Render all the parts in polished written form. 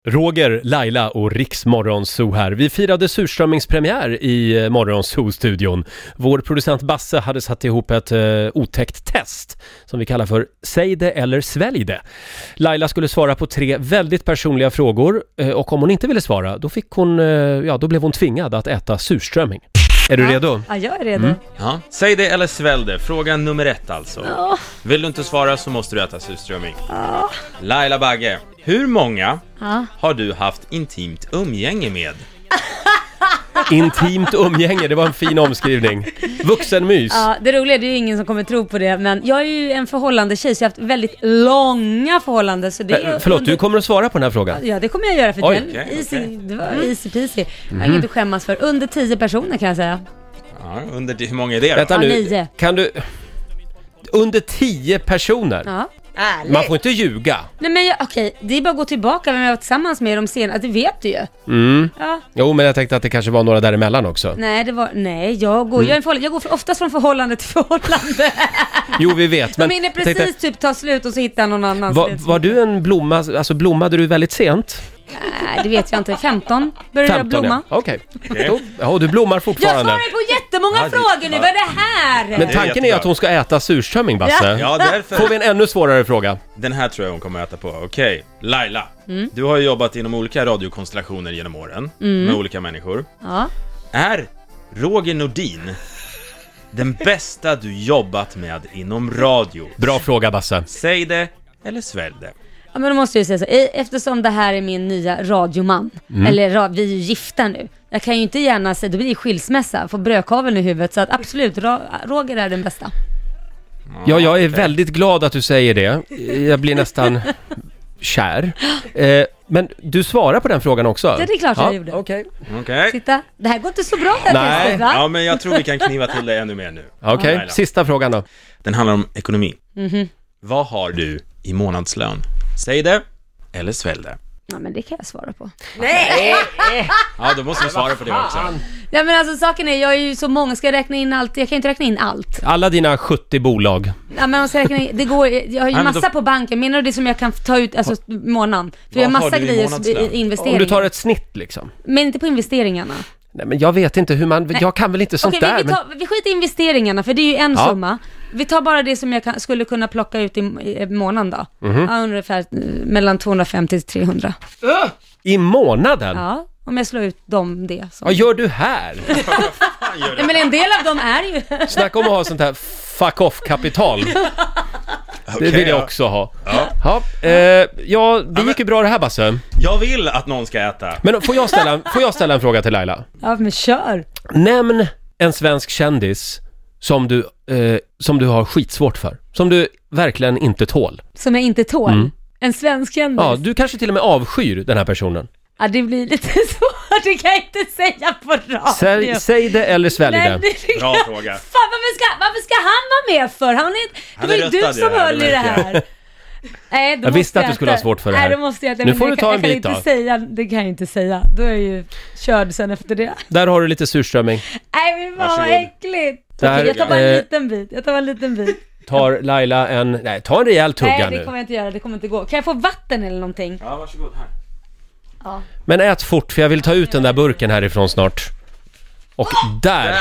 Roger, Laila och Riks Morgonzoo här. Vi firade surströmmingspremiär i Morgonzoo-studion. Vår producent Basse hade satt ihop ett otäckt test som vi kallar för Säg det eller svälj det. Laila skulle svara på 3 väldigt personliga frågor och om hon inte ville svara då fick hon, då blev hon tvingad att äta surströmming. Är du redo? Ja, jag är redo. Ja. Säg det eller svälj det. Fråga nummer 1 alltså. Ja. Vill du inte svara så måste du äta surströmming. Laila Bagge, hur många har du haft intimt umgänge med? Intimt umgänge, det var en fin omskrivning. Vuxenmys. Ja, det roliga är det är ju ingen som kommer tro på det. Men jag är ju en förhållande tjej så jag har haft väldigt långa förhållanden så det är Förlåt, du kommer att svara på den här frågan. Ja, det kommer jag göra för Oj. det var easy peasy. Jag har inget att skämmas för. Under 10 personer kan jag säga. Ja, hur många är det då? Vänta nu, 9. kan du... Under 10 personer? Ja. Man får inte ljuga. Nej men okej, det är bara att gå tillbaka vem jag var tillsammans med de senare, det vet du ju. Ja. Jo, men jag tänkte att det kanske var några däremellan också. Nej, jag går oftast från förhållande till förhållande. Jo, vi vet. Men de hinner precis typ ta slut och så hittar någon annan. Var du en blomma, alltså blommade du väldigt sent? Nej, det vet jag inte. 15 började jag blomma. Ja. Okej. Ja, du blommar fortfarande. Jag svarar på jättemånga frågor nu, vad är det här? Men tanken är att hon ska äta surströmming, Basse. Ja, därför. Får vi en ännu svårare fråga? Den här tror jag hon kommer äta på. Okej, Laila. Du har ju jobbat inom olika radiokonstellationer genom åren med olika människor. Ja. Är Roger Nordin den bästa du jobbat med inom radio? Bra fråga, Basse. Säg det eller svälj det. Ja, men då måste jag säga så. Eftersom det här är min nya radioman, eller vi är ju gifta nu. Jag kan ju inte gärna säga, då blir det skilsmässa, få brödkaveln i huvudet. Så att absolut, Roger är den bästa. Ja, jag är väldigt glad att du säger det. Jag blir nästan kär. Men du svarar på den frågan också? Det är klart jag gjorde. Okej. Titta, det här går inte så bra där. Nej. Testet, va? Ja, men jag tror vi kan kniva till det ännu mer nu. Okej, Laila. sista frågan då. Den handlar om ekonomi. Vad har du i månadslön? Säg det eller svälj det. Ja, men det kan jag svara på. Ja, då måste vi svara på det också. Ja, men alltså saken är, jag är ju så många, ska jag räkna in allt? Jag kan inte räkna in allt. Alla dina 70 bolag. Ja, men man ska räkna in, det går, jag har ju massa på banken. Menar du det som jag kan ta ut, alltså månaden? För jag har massa grejer i investeringar. Om du tar ett snitt liksom. Men inte på investeringarna. Nej, men jag vet inte hur man... Jag kan väl inte sånt där. Vi skiter i investeringarna, för det är ju en summa. Vi tar bara det som jag skulle kunna plocka ut i månaden då. Ja, ungefär mellan 250 till 300. I månaden? Ja, om jag slår ut det. Vad gör du här? Nej, men en del av dem är ju... Snacka om att ha sånt här fuck off-kapital. Det vill jag också ha. Det gick ju bra det här, Basse. Jag vill att någon ska äta. Men får jag ställa en fråga till Laila? Ja, men kör. Nämn en svensk kändis som du har skitsvårt för. Som du verkligen inte tål. Som jag inte tål? En svensk kändis? Ja, du kanske till och med avskyr den här personen. Ja, det blir lite svårt. Det kan jag inte säga på radio. Säg det eller svälj det. Bra fråga. Fan, varför ska han vara med för? Det var ju du som höll i det här. Nej, jag visste att du skulle ha svårt för det här. Nej, då måste jag, nu får du ta en bit då. Det kan jag inte säga. Då är jag ju körd sen efter det. Där har du lite surströmming. Nej, men vad äckligt. Okej, jag tar bara en liten bit. Tar Laila ta en rejäl tugga nu. Nej, det kommer jag inte göra. Det kommer inte gå. Kan jag få vatten eller någonting? Ja, varsågod här. Ja. Men ät fort, för jag vill ta ut den där burken härifrån snart. Och där!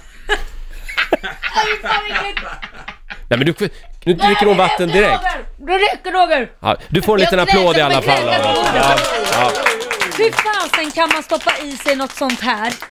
Nej, men nu dricker hon vatten direkt. Då räcker Roger. Ja, du får en liten applåd i alla fall. Fy fasen, kan man stoppa i sig något sånt här?